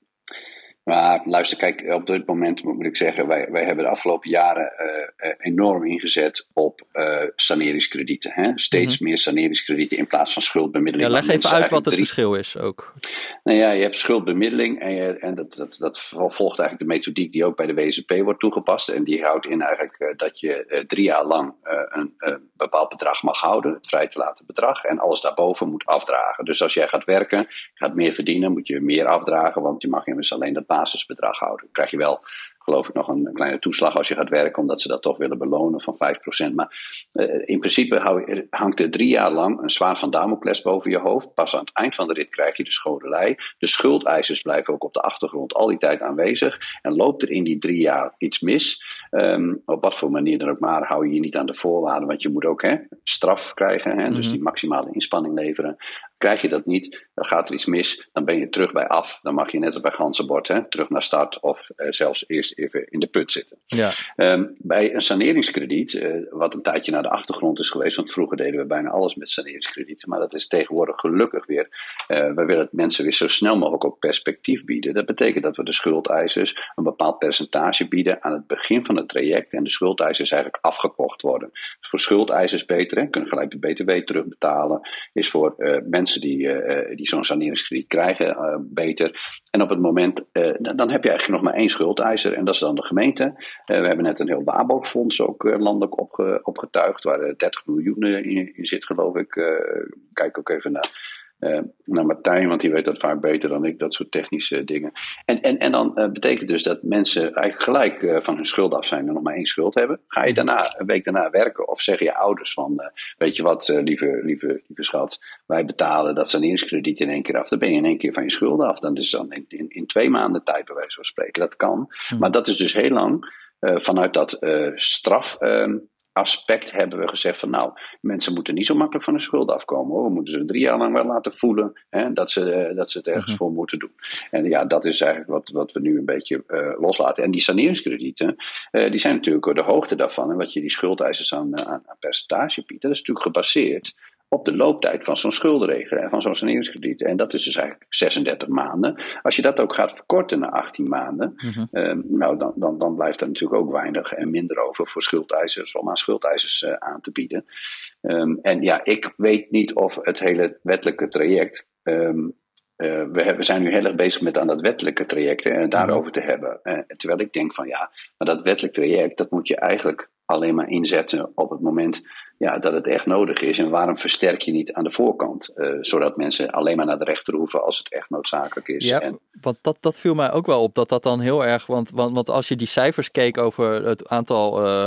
Maar luister, kijk, op dit moment moet ik zeggen, wij, wij hebben de afgelopen jaren uh, enorm ingezet op uh, saneringskredieten. Hè? Steeds mm-hmm. meer saneringskredieten in plaats van schuldbemiddeling. Ja, leg even uit wat het drie... verschil is ook. Nou ja, je hebt schuldbemiddeling en, je, en dat, dat, dat volgt eigenlijk de methodiek die ook bij de W S P wordt toegepast. En die houdt in eigenlijk uh, dat je uh, drie jaar lang uh, een uh, bepaald bedrag mag houden, het vrij te laten bedrag, en alles daarboven moet afdragen. Dus als jij gaat werken, gaat meer verdienen, moet je meer afdragen, want je mag immers alleen dat basisbedrag houden. Dan krijg je wel, geloof ik, nog een kleine toeslag als je gaat werken, omdat ze dat toch willen belonen van vijf procent. Maar uh, in principe hou, hangt er drie jaar lang een zwaard van Damocles boven je hoofd. Pas aan het eind van de rit krijg je de schodelij. De schuldeisers blijven ook op de achtergrond al die tijd aanwezig. En loopt er in die drie jaar iets mis, um, op wat voor manier dan ook maar, hou je je niet aan de voorwaarden, want je moet ook hè, straf krijgen, hè, mm-hmm. dus die maximale inspanning leveren. Krijg je dat niet, dan gaat er iets mis, dan ben je terug bij af. Dan mag je net als bij Ganzenbord hè, terug naar start of uh, zelfs eerst even in de put zitten. Ja. Um, bij een saneringskrediet, uh, wat een tijdje naar de achtergrond is geweest, want vroeger deden we bijna alles met saneringskredieten, maar dat is tegenwoordig gelukkig weer. Uh, we willen mensen weer zo snel mogelijk ook perspectief bieden. Dat betekent dat we de schuldeisers een bepaald percentage bieden aan het begin van het traject en de schuldeisers eigenlijk afgekocht worden. Dus voor schuldeisers beter, hè, kunnen gelijk de B T W terugbetalen, is voor uh, mensen die, uh, die zo'n saneringskrediet krijgen uh, beter. En op het moment, uh, dan, dan heb je eigenlijk nog maar één schuldeiser en dat is dan de gemeente. Uh, we hebben net een heel WABO-fonds ook uh, landelijk opge, opgetuigd, waar uh, dertig miljoen in, in zit, geloof ik. Uh, kijk ook even naar Uh, naar Martijn, want die weet dat vaak beter dan ik, dat soort technische dingen. En, en, en dan uh, betekent dus dat mensen eigenlijk gelijk uh, van hun schuld af zijn en nog maar één schuld hebben. Ga je daarna, een week daarna werken of zeggen je ouders van, uh, weet je wat, uh, lieve, lieve, lieve schat, wij betalen dat saneringskrediet in één keer af. Dan ben je in één keer van je schulden af. Dan is dan in, in, in twee maanden tijd bij wijze van spreken. Dat kan. Hmm. Maar dat is dus heel lang uh, vanuit dat uh, straf... Uh, aspect hebben we gezegd van nou, mensen moeten niet zo makkelijk van hun schuld afkomen hoor. We moeten ze drie jaar lang wel laten voelen hè, dat, ze, dat ze het ergens mm-hmm. voor moeten doen. En ja, dat is eigenlijk wat, wat we nu een beetje uh, loslaten. En die saneringskredieten, uh, die zijn natuurlijk de hoogte daarvan en wat je die schuldeisers aan, aan, aan percentage biedt, dat is natuurlijk gebaseerd op de looptijd van zo'n schuldenregeling en van zo'n saneringskrediet. En dat is dus eigenlijk zesendertig maanden. Als je dat ook gaat verkorten naar achttien maanden, mm-hmm. uh, nou, dan, dan, dan blijft er natuurlijk ook weinig en minder over voor schuldeisers om aan schuldeisers uh, aan te bieden. Um, en ja, ik weet niet of het hele wettelijke traject. Um, Uh, we, we zijn nu heel erg bezig met aan dat wettelijke traject en daarover te hebben. Uh, terwijl ik denk van ja, maar dat wettelijk traject, dat moet je eigenlijk alleen maar inzetten op het moment ja, dat het echt nodig is. En waarom versterk je niet aan de voorkant? Uh, zodat mensen alleen maar naar de rechter hoeven als het echt noodzakelijk is. Ja, en, want dat, dat viel mij ook wel op, dat dat dan heel erg, want, want, want als je die cijfers keek over het aantal uh,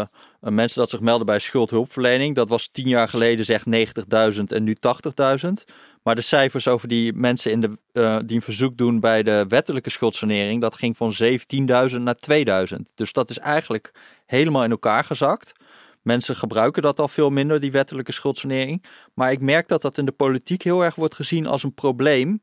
Uh, mensen dat zich melden bij schuldhulpverlening. Dat was tien jaar geleden zeg negentigduizend en nu tachtigduizend. Maar de cijfers over die mensen in de, uh, die een verzoek doen bij de wettelijke schuldsanering, dat ging van zeventienduizend naar tweeduizend. Dus dat is eigenlijk helemaal in elkaar gezakt. Mensen gebruiken dat al veel minder, die wettelijke schuldsanering. Maar ik merk dat dat in de politiek heel erg wordt gezien als een probleem.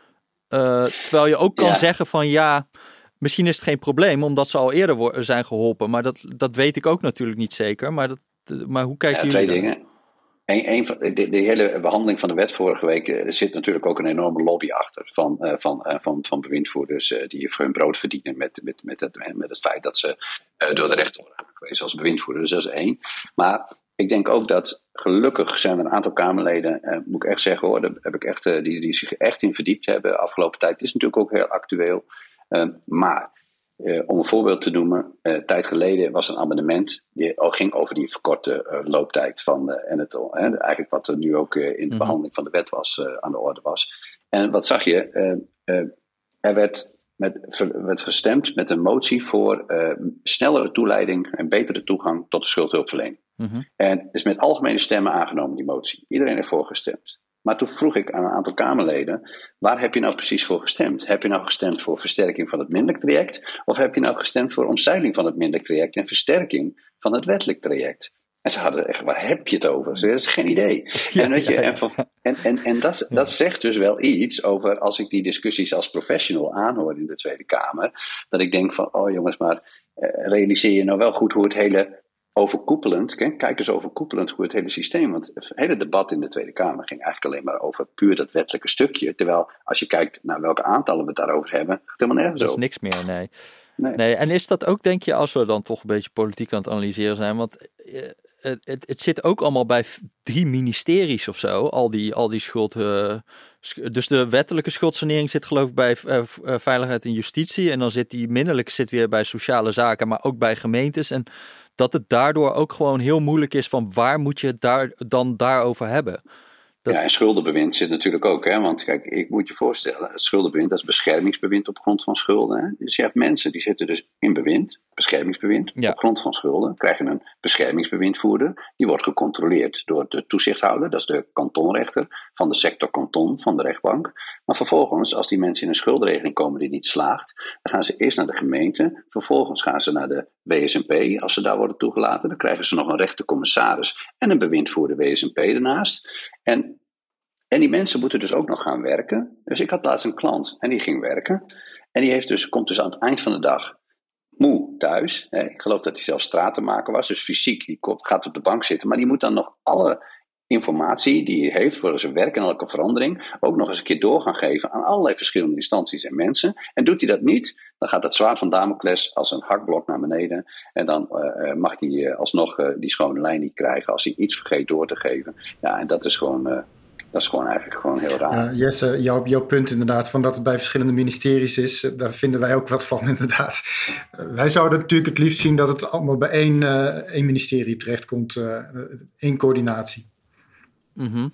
Uh, terwijl je ook kan ja. zeggen van ja, misschien is het geen probleem, omdat ze al eerder wo- zijn geholpen. Maar dat, dat weet ik ook natuurlijk niet zeker. Maar, dat, maar hoe kijken ja, jullie twee dan? dingen. Een, een van, de, de hele behandeling van de wet vorige week, er zit natuurlijk ook een enorme lobby achter van, uh, van, uh, van, van bewindvoerders uh, die voor hun brood verdienen met, met, met, het, met het feit dat ze uh, door de rechter worden aangewezen als bewindvoerder. Dus dat is één. Maar ik denk ook dat gelukkig zijn er een aantal Kamerleden, uh, moet ik echt zeggen hoor, daar heb ik echt, uh, die, die zich echt in verdiept hebben de afgelopen tijd. Het is natuurlijk ook heel actueel. Uh, maar Uh, om een voorbeeld te noemen, uh, een tijd geleden was een amendement die ging over die verkorte uh, looptijd van uh, en het, uh, eigenlijk wat er nu ook uh, in de mm-hmm. behandeling van de wet was, uh, aan de orde was. En wat zag je? Uh, uh, er werd, met, ver, werd gestemd met een motie voor uh, snellere toeleiding en betere toegang tot de schuldhulpverlening. Mm-hmm. En is met algemene stemmen aangenomen, die motie. Iedereen heeft voor gestemd. Maar toen vroeg ik aan een aantal Kamerleden, waar heb je nou precies voor gestemd? Heb je nou gestemd voor versterking van het minderlijk traject? Of heb je nou gestemd voor omzeiling van het minderlijk traject en versterking van het wettelijk traject? En ze hadden echt, waar heb je het over? Ze, dat is geen idee. Ja, en weet je, en, en, en, en dat, dat zegt dus wel iets over, als ik die discussies als professional aanhoor in de Tweede Kamer, dat ik denk van, oh jongens, maar eh, realiseer je nou wel goed hoe het hele overkoepelend, kijk eens overkoepelend hoe het hele systeem, want het hele debat in de Tweede Kamer ging eigenlijk alleen maar over puur dat wettelijke stukje, terwijl als je kijkt naar welke aantallen we het daarover hebben, gaat het helemaal nergens over. Dat is niks meer, nee. Nee. nee. En is dat ook, denk je, als we dan toch een beetje politiek aan het analyseren zijn, want het, het, het zit ook allemaal bij drie ministeries of zo, al die, al die schuld. Uh, dus de wettelijke schuldsanering zit geloof ik bij uh, Veiligheid en Justitie en dan zit die minderlijke zit weer bij Sociale Zaken, maar ook bij gemeentes en dat het daardoor ook gewoon heel moeilijk is van waar moet je het daar, dan daarover hebben. Dat... Ja, en schuldenbewind zit natuurlijk ook, hè? Want kijk, ik moet je voorstellen, het schuldenbewind, dat is beschermingsbewind op grond van schulden. Hè? Dus je hebt mensen die zitten dus in bewind, beschermingsbewind, ja. op grond van schulden. Krijg je een beschermingsbewindvoerder, die wordt gecontroleerd door de toezichthouder, dat is de kantonrechter van de sector kanton van de rechtbank. Maar vervolgens, als die mensen in een schuldenregeling komen die niet slaagt, dan gaan ze eerst naar de gemeente, vervolgens gaan ze naar de W S M P, als ze daar worden toegelaten. Dan krijgen ze nog een rechtercommissaris en een bewindvoerder W S M P ernaast. En, en die mensen moeten dus ook nog gaan werken. Dus ik had laatst een klant en die ging werken. En die heeft dus, komt dus aan het eind van de dag moe thuis. Hè. Ik geloof dat hij zelfs stratenmaker was, dus fysiek, die gaat op de bank zitten. Maar die moet dan nog alle informatie die hij heeft voor zijn werk en elke verandering ook nog eens een keer door gaan geven aan allerlei verschillende instanties en mensen. En doet hij dat niet, dan gaat het zwaard van Damocles als een hakblok naar beneden. En dan uh, mag hij uh, alsnog uh, die schone lijn niet krijgen als hij iets vergeet door te geven. Ja, en dat is gewoon, uh, dat is gewoon eigenlijk gewoon heel raar. Ja, Jesse, jouw, jouw punt inderdaad, van dat het bij verschillende ministeries is, daar vinden wij ook wat van inderdaad. Uh, wij zouden natuurlijk het liefst zien dat het allemaal bij één, uh, één ministerie terechtkomt, uh, één coördinatie. Mm-hmm.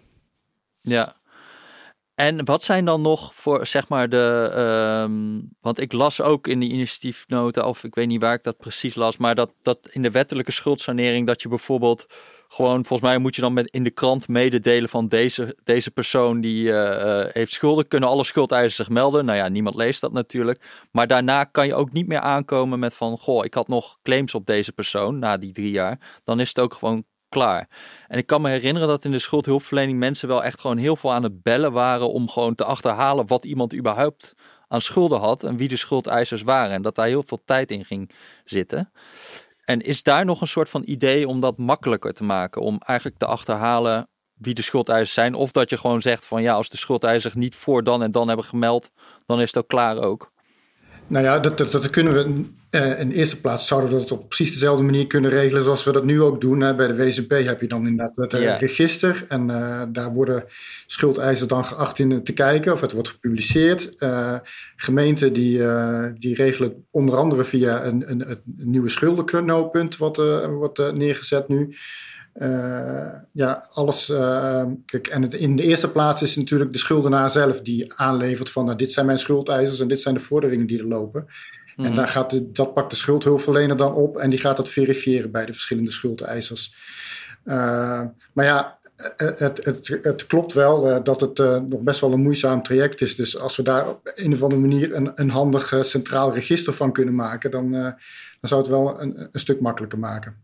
Ja. En wat zijn dan nog voor, zeg maar, de... Um, want ik las ook in die initiatiefnota, of ik weet niet waar ik dat precies las, maar dat, dat in de wettelijke schuldsanering, dat je bijvoorbeeld gewoon, volgens mij moet je dan met in de krant mededelen van deze, deze persoon die uh, heeft schulden, kunnen alle schuldeisers zich melden. Nou ja, niemand leest dat natuurlijk. Maar daarna kan je ook niet meer aankomen met van, goh, ik had nog claims op deze persoon na die drie jaar. Dan is het ook gewoon klaar. En ik kan me herinneren dat in de schuldhulpverlening mensen wel echt gewoon heel veel aan het bellen waren om gewoon te achterhalen wat iemand überhaupt aan schulden had en wie de schuldeisers waren. En dat daar heel veel tijd in ging zitten. En is daar nog een soort van idee om dat makkelijker te maken? Om eigenlijk te achterhalen wie de schuldeisers zijn? Of dat je gewoon zegt van ja, als de schuldeisers niet voor dan en dan hebben gemeld, dan is het ook klaar ook. Nou ja, dat, dat, dat kunnen we uh, in de eerste plaats zouden we dat op precies dezelfde manier kunnen regelen zoals we dat nu ook doen. Hè. Bij de W S M P heb je dan inderdaad het uh, ja. register en uh, daar worden schuldeisers dan geacht in te kijken of het wordt gepubliceerd. Uh, gemeenten die, uh, die regelen onder andere via een, een, een nieuwe schuldenknooppunt wat uh, wordt uh, neergezet nu. Uh, ja, alles. Uh, kijk, en het, in de eerste plaats is natuurlijk de schuldenaar zelf die aanlevert van nou, dit zijn mijn schuldeisers en dit zijn de vorderingen die er lopen. Mm. En daar gaat de, dat pakt de schuldhulpverlener dan op en die gaat dat verifiëren bij de verschillende schuldeisers. Uh, maar ja, het, het, het, het klopt wel uh, dat het uh, nog best wel een moeizaam traject is. Dus als we daar op een of andere manier een, een handig uh, centraal register van kunnen maken, dan, uh, dan zou het wel een, een stuk makkelijker maken.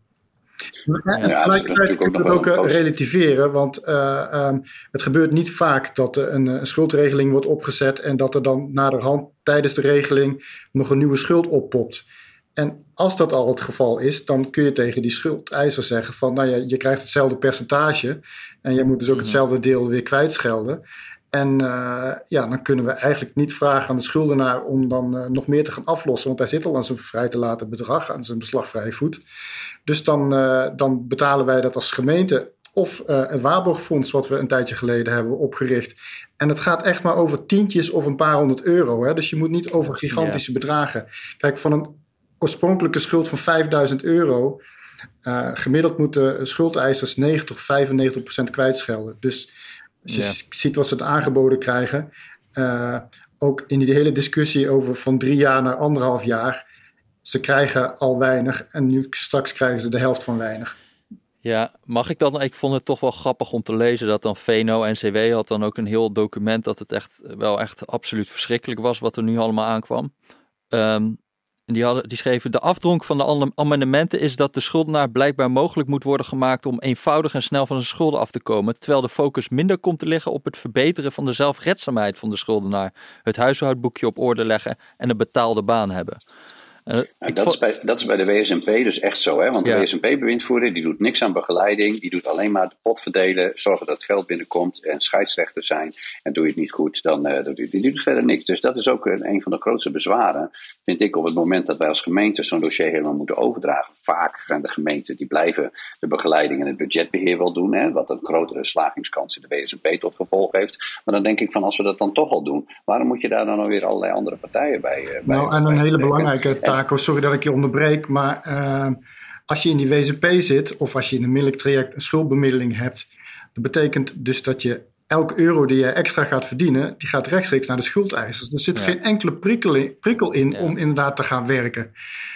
Ja, en tegelijkertijd kunnen we het ook uh, relativeren, want uh, um, het gebeurt niet vaak dat uh, een, een schuldregeling wordt opgezet en dat er dan naderhand tijdens de regeling nog een nieuwe schuld oppopt. En als dat al het geval is, dan kun je tegen die schuldeiser zeggen van, nou ja, je krijgt hetzelfde percentage en je moet dus ook hetzelfde deel weer kwijtschelden. En uh, ja, dan kunnen we eigenlijk niet vragen aan de schuldenaar om dan uh, nog meer te gaan aflossen, want hij zit al aan zijn vrij te laten bedrag, aan zijn beslagvrije voet. Dus dan, uh, dan betalen wij dat als gemeente of uh, een waarborgfonds wat we een tijdje geleden hebben opgericht. En het gaat echt maar over tientjes of een paar honderd euro. Hè? Dus je moet niet over gigantische ja. bedragen. Kijk, van een oorspronkelijke schuld van vijfduizend euro... Uh, gemiddeld moeten schuldeisers negentig tot vijfennegentig procent kwijtschelden. Dus als je ja. ziet wat ze het aangeboden krijgen... Uh, ook in die hele discussie over van drie jaar naar anderhalf jaar... ze krijgen al weinig en nu straks krijgen ze de helft van weinig. Ja, mag ik dan? Ik vond het toch wel grappig om te lezen dat dan V N O N C W had dan ook een heel document dat het echt wel echt absoluut verschrikkelijk was wat er nu allemaal aankwam. Um, en die, hadden, die schreven, de afdronk van de amendementen is dat de schuldenaar blijkbaar mogelijk moet worden gemaakt om eenvoudig en snel van zijn schulden af te komen, terwijl de focus minder komt te liggen op het verbeteren van de zelfredzaamheid van de schuldenaar, het huishoudboekje op orde leggen en een betaalde baan hebben. Uh, dat, vo- is bij, dat is bij de W S M P dus echt zo, hè? Want de ja. W S M P-bewindvoerder die doet niks aan begeleiding, die doet alleen maar de pot verdelen, zorgen dat het geld binnenkomt en scheidsrechter zijn. En doe je het niet goed, dan uh, doet die, die doet verder niks. Dus dat is ook een, een van de grootste bezwaren, vind ik, op het moment dat wij als gemeente zo'n dossier helemaal moeten overdragen. Vaak gaan de gemeenten, die blijven de begeleiding en het budgetbeheer wel doen, hè? Wat een grotere slagingskans in de W S M P tot gevolg heeft. Maar dan denk ik van, als we dat dan toch al doen, waarom moet je daar dan alweer allerlei andere partijen bij? Uh, bij nou, en een hele belangrijke taak. Sorry dat ik je onderbreek, maar uh, als je in die W S M P zit of als je in een middelijk traject een schuldbemiddeling hebt, dat betekent dus dat je elke euro die je extra gaat verdienen, die gaat rechtstreeks naar de schuldeisers. Er zit ja. geen enkele prikkel in, prikkel in ja. om inderdaad te gaan werken.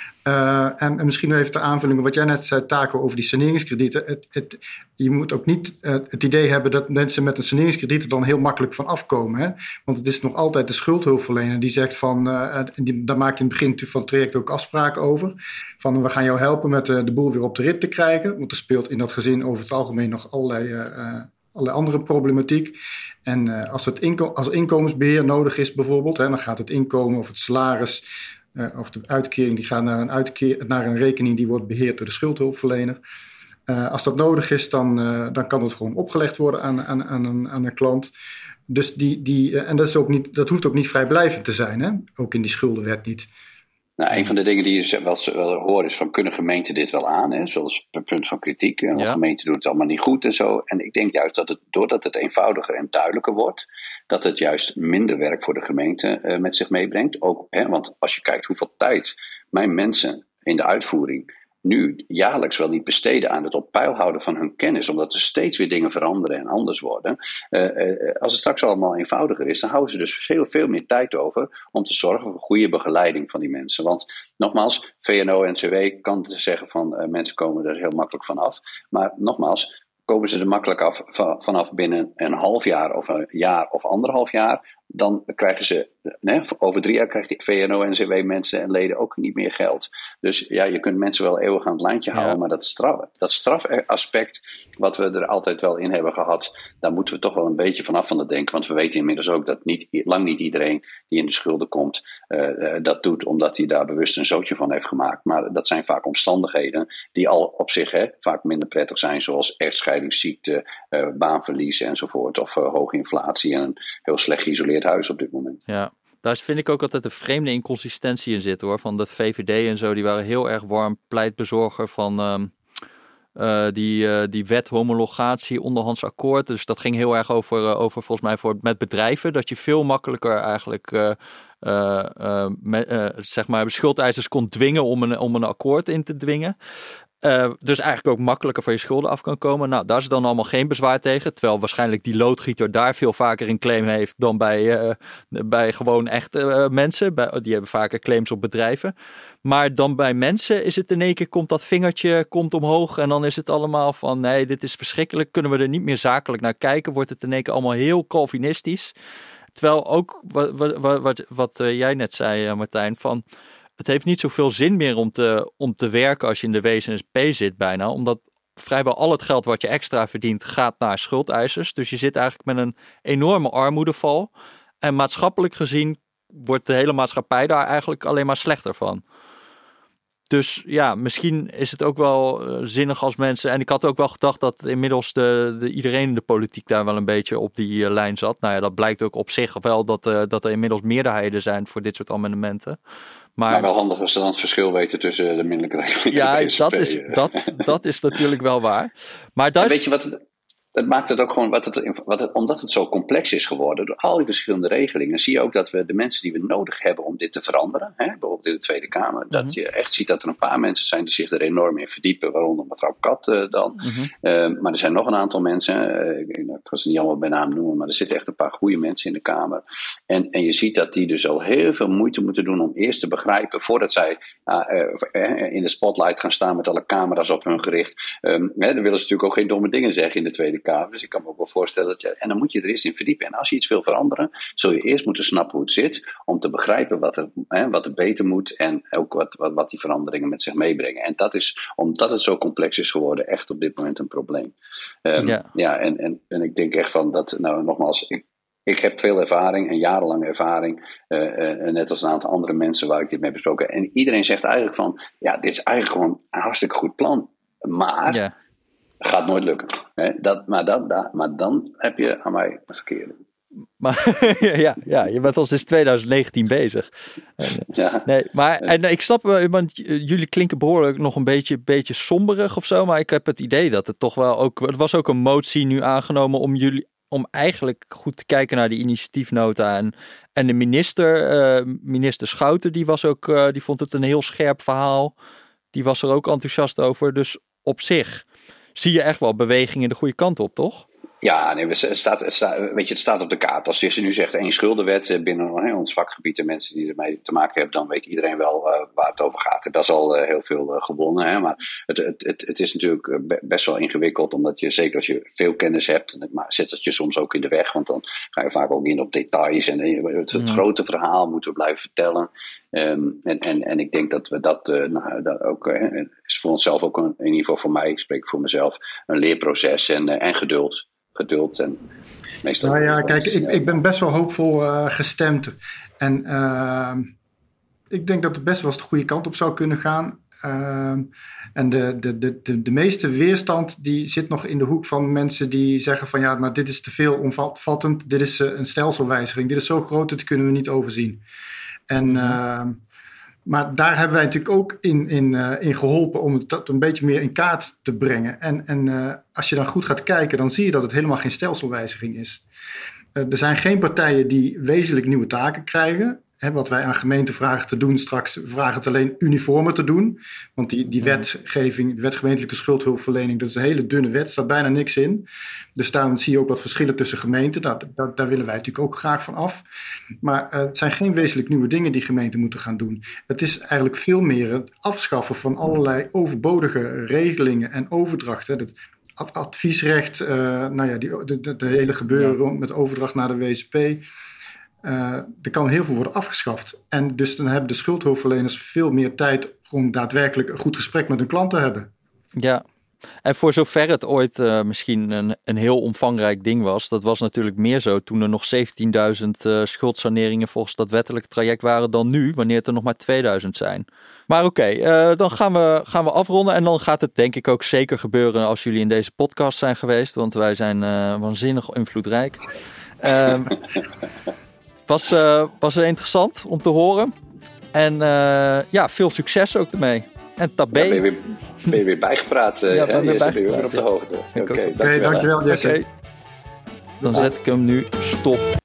Uh, en, en misschien nog even ter aanvulling wat jij net zei, Taco, over die saneringskredieten. Het, het, je moet ook niet uh, het idee hebben dat mensen met een saneringskrediet er dan heel makkelijk van afkomen. Hè? Want het is nog altijd de schuldhulpverlener die zegt van, uh, die, daar maak je in het begin van het traject ook afspraken over. Van we gaan jou helpen met uh, de boel weer op de rit te krijgen. Want er speelt in dat gezin over het algemeen nog allerlei... Uh, allerlei andere problematiek. En uh, als, het inko- als inkomensbeheer nodig is bijvoorbeeld, hè, dan gaat het inkomen of het salaris uh, of de uitkering, die gaat naar een, uitkeer- naar een rekening die wordt beheerd door de schuldhulpverlener. Uh, als dat nodig is, dan, uh, dan kan het gewoon opgelegd worden aan, aan, aan, een, aan een klant. Dus die, die, uh, en dat, is ook niet, dat hoeft ook niet vrijblijvend te zijn, hè? Ook in die schuldenwet niet. Nou, een van de dingen die je wel, wel hoort is van, kunnen gemeenten dit wel aan? Hè? Zoals per punt van kritiek. En ja. gemeenten doen het allemaal niet goed en zo. En ik denk juist dat het, doordat het eenvoudiger en duidelijker wordt, dat het juist minder werk voor de gemeente uh, met zich meebrengt. Ook, hè, want als je kijkt hoeveel tijd mijn mensen in de uitvoering nu jaarlijks wel niet besteden aan het op peil houden van hun kennis, omdat er steeds weer dingen veranderen en anders worden. Uh, uh, als het straks allemaal eenvoudiger is, dan houden ze dus veel, veel meer tijd over om te zorgen voor goede begeleiding van die mensen. Want nogmaals, V N O N C W kan zeggen van uh, mensen komen er heel makkelijk vanaf. Maar nogmaals, komen ze er makkelijk af vanaf binnen een half jaar of een jaar of anderhalf jaar, dan krijgen ze, nee, over drie jaar krijgt V N O N C W mensen en leden ook niet meer geld. Dus ja, je kunt mensen wel eeuwig aan het lijntje houden, ja. maar dat, straf, dat strafaspect, wat we er altijd wel in hebben gehad, daar moeten we toch wel een beetje vanaf van het denken. Want we weten inmiddels ook dat niet, lang niet iedereen die in de schulden komt, uh, dat doet omdat hij daar bewust een zootje van heeft gemaakt. Maar dat zijn vaak omstandigheden die al op zich hè, vaak minder prettig zijn, zoals echtscheidingsziekte, uh, baanverlies enzovoort, of uh, hoge inflatie en een heel slecht geïsoleerd huis op dit moment. Ja, daar vind ik ook altijd een vreemde inconsistentie in zit hoor. Van de V V D en zo, die waren heel erg warm pleitbezorger van um, uh, die, uh, die wet homologatie onderhands akkoord. Dus dat ging heel erg over, uh, over volgens mij voor met bedrijven. Dat je veel makkelijker eigenlijk uh, uh, uh, met, uh, zeg maar schuldeisers kon dwingen om een, om een akkoord in te dwingen. Uh, dus eigenlijk ook makkelijker van je schulden af kan komen. Nou, daar is dan allemaal geen bezwaar tegen. Terwijl waarschijnlijk die loodgieter daar veel vaker een claim heeft dan bij, uh, bij gewoon echte uh, mensen. Bij, die hebben vaker claims op bedrijven. Maar dan bij mensen is het in één keer, komt dat vingertje komt omhoog. En dan is het allemaal van, nee, dit is verschrikkelijk. Kunnen we er niet meer zakelijk naar kijken? Wordt het in één keer allemaal heel Calvinistisch. Terwijl ook, wat, wat, wat, wat uh, jij net zei, uh, Martijn, van... Het heeft niet zoveel zin meer om te, om te werken als je in de W S N S P zit bijna. Omdat vrijwel al het geld wat je extra verdient gaat naar schuldeisers. Dus je zit eigenlijk met een enorme armoedeval. En maatschappelijk gezien wordt de hele maatschappij daar eigenlijk alleen maar slechter van. Dus ja, misschien is het ook wel uh, zinnig als mensen... En ik had ook wel gedacht dat inmiddels de, de, iedereen in de politiek daar wel een beetje op die uh, lijn zat. Nou ja, dat blijkt ook op zich wel dat, uh, dat er inmiddels meerderheden zijn voor dit soort amendementen. Maar, maar wel handig als ze dan het verschil weten tussen de minderlijke regeling ja, en de W S P. dat is, dat, dat is natuurlijk wel waar. Maar daar is... Weet je wat het... Dat maakt het ook gewoon, wat het, wat het, omdat het zo complex is geworden, door al die verschillende regelingen, zie je ook dat we de mensen die we nodig hebben om dit te veranderen, hè, bijvoorbeeld in de Tweede Kamer, mm-hmm. dat je echt ziet dat er een paar mensen zijn die zich er enorm in verdiepen, waaronder mevrouw Kat uh, dan. Mm-hmm. Uh, maar er zijn nog een aantal mensen, uh, ik, ik ga ze niet allemaal bij naam noemen, maar er zitten echt een paar goede mensen in de Kamer. En, en je ziet dat die dus al heel veel moeite moeten doen om eerst te begrijpen, voordat zij uh, uh, in de spotlight gaan staan met alle camera's op hun gericht. Um, hè, dan willen ze natuurlijk ook geen domme dingen zeggen in de Tweede Kamer. Dus ik kan me ook wel voorstellen dat je... En dan moet je er eerst in verdiepen. En als je iets wil veranderen, zul je eerst moeten snappen hoe het zit. Om te begrijpen wat er, hè, wat er beter moet. En ook wat, wat, wat die veranderingen met zich meebrengen. En dat is, omdat het zo complex is geworden, echt op dit moment een probleem. Um, ja, ja en, en, en ik denk echt van dat... Nou, nogmaals... Ik, Ik heb veel ervaring en jarenlange ervaring, uh, uh, net als een aantal andere mensen waar ik dit mee besproken heb. En iedereen zegt eigenlijk van, ja, dit is eigenlijk gewoon een hartstikke goed plan. Maar... Ja. Gaat nooit lukken. Hè? Dat, maar, dat, dat, maar dan heb je aan mij een verkeerde. Maar ja, ja, je bent al sinds twintig negentien bezig. Ja. Nee, maar en, ik snap, want jullie klinken behoorlijk nog een beetje, beetje somberig of zo. Maar ik heb het idee dat het toch wel ook... Er was ook een motie nu aangenomen om jullie... om eigenlijk goed te kijken naar die initiatiefnota. En, en de minister, uh, minister Schouten, die, was ook, uh, die vond het een heel scherp verhaal. Die was er ook enthousiast over. Dus op zich... zie je echt wel bewegingen de goede kant op, toch? Ja, nee, het, staat, het, staat, weet je, het staat op de kaart. Als je nu zegt één schuldenwet binnen hè, ons vakgebied en mensen die ermee te maken hebben, dan weet iedereen wel uh, waar het over gaat. En dat is al uh, heel veel uh, gewonnen. Hè? Maar het, het, het, het is natuurlijk best wel ingewikkeld, omdat je, zeker als je veel kennis hebt, en het zet dat je soms ook in de weg, want dan ga je vaak ook in op details en het, het ja. grote verhaal moeten we blijven vertellen. Um, en, en, en ik denk dat we dat, uh, nou, dat ook, uh, is voor onszelf ook een, in ieder geval voor mij, ik spreek voor mezelf, een leerproces en, uh, en geduld. Geduld en meestal... Nou ja, kijk, ik, ik ben best wel hoopvol uh, gestemd. En uh, ik denk dat het best wel eens de goede kant op zou kunnen gaan. Uh, en de, de, de, de, de meeste weerstand die zit nog in de hoek van mensen die zeggen van ja, maar dit is te veel omvattend. Dit is uh, een stelselwijziging. Dit is zo groot, dat kunnen we niet overzien. En... Uh, Maar daar hebben wij natuurlijk ook in, in, uh, in geholpen om het een beetje meer in kaart te brengen. En, en uh, als je dan goed gaat kijken, dan zie je dat het helemaal geen stelselwijziging is. Uh, er zijn geen partijen die wezenlijk nieuwe taken krijgen. Hè, wat wij aan gemeenten vragen te doen, straks vragen het alleen uniformer te doen. Want die, die wetgeving, de wet gemeentelijke schuldhulpverlening, dat is een hele dunne wet, staat bijna niks in. Dus daarom zie je ook wat verschillen tussen gemeenten. Nou, daar, daar willen wij natuurlijk ook graag van af. Maar uh, het zijn geen wezenlijk nieuwe dingen die gemeenten moeten gaan doen. Het is eigenlijk veel meer het afschaffen van allerlei overbodige regelingen en overdrachten. Het adviesrecht, uh, nou ja, die, de, de, de hele gebeuren ja. met overdracht naar de W S P. Uh, er kan heel veel worden afgeschaft. En dus dan hebben de schuldhulpverleners veel meer tijd om daadwerkelijk een goed gesprek met hun klant te hebben. Ja, en voor zover het ooit uh, misschien een, een heel omvangrijk ding was, dat was natuurlijk meer zo toen er nog zeventienduizend uh, schuldsaneringen volgens dat wettelijke traject waren dan nu, wanneer het er nog maar tweeduizend zijn. Maar oké, okay, uh, dan gaan we, gaan we afronden en dan gaat het denk ik ook zeker gebeuren als jullie in deze podcast zijn geweest, want wij zijn uh, waanzinnig invloedrijk. Uh, Was, uh, was er interessant om te horen. En uh, ja, veel succes ook ermee. En tabé. Ja, ben, je weer, ben je weer bijgepraat? Uh, ja, ben je bijgepraat, weer op de hoogte. Oké, okay, okay, dankjewel, dankjewel Jesse. Okay. Dan zet ik hem nu stop.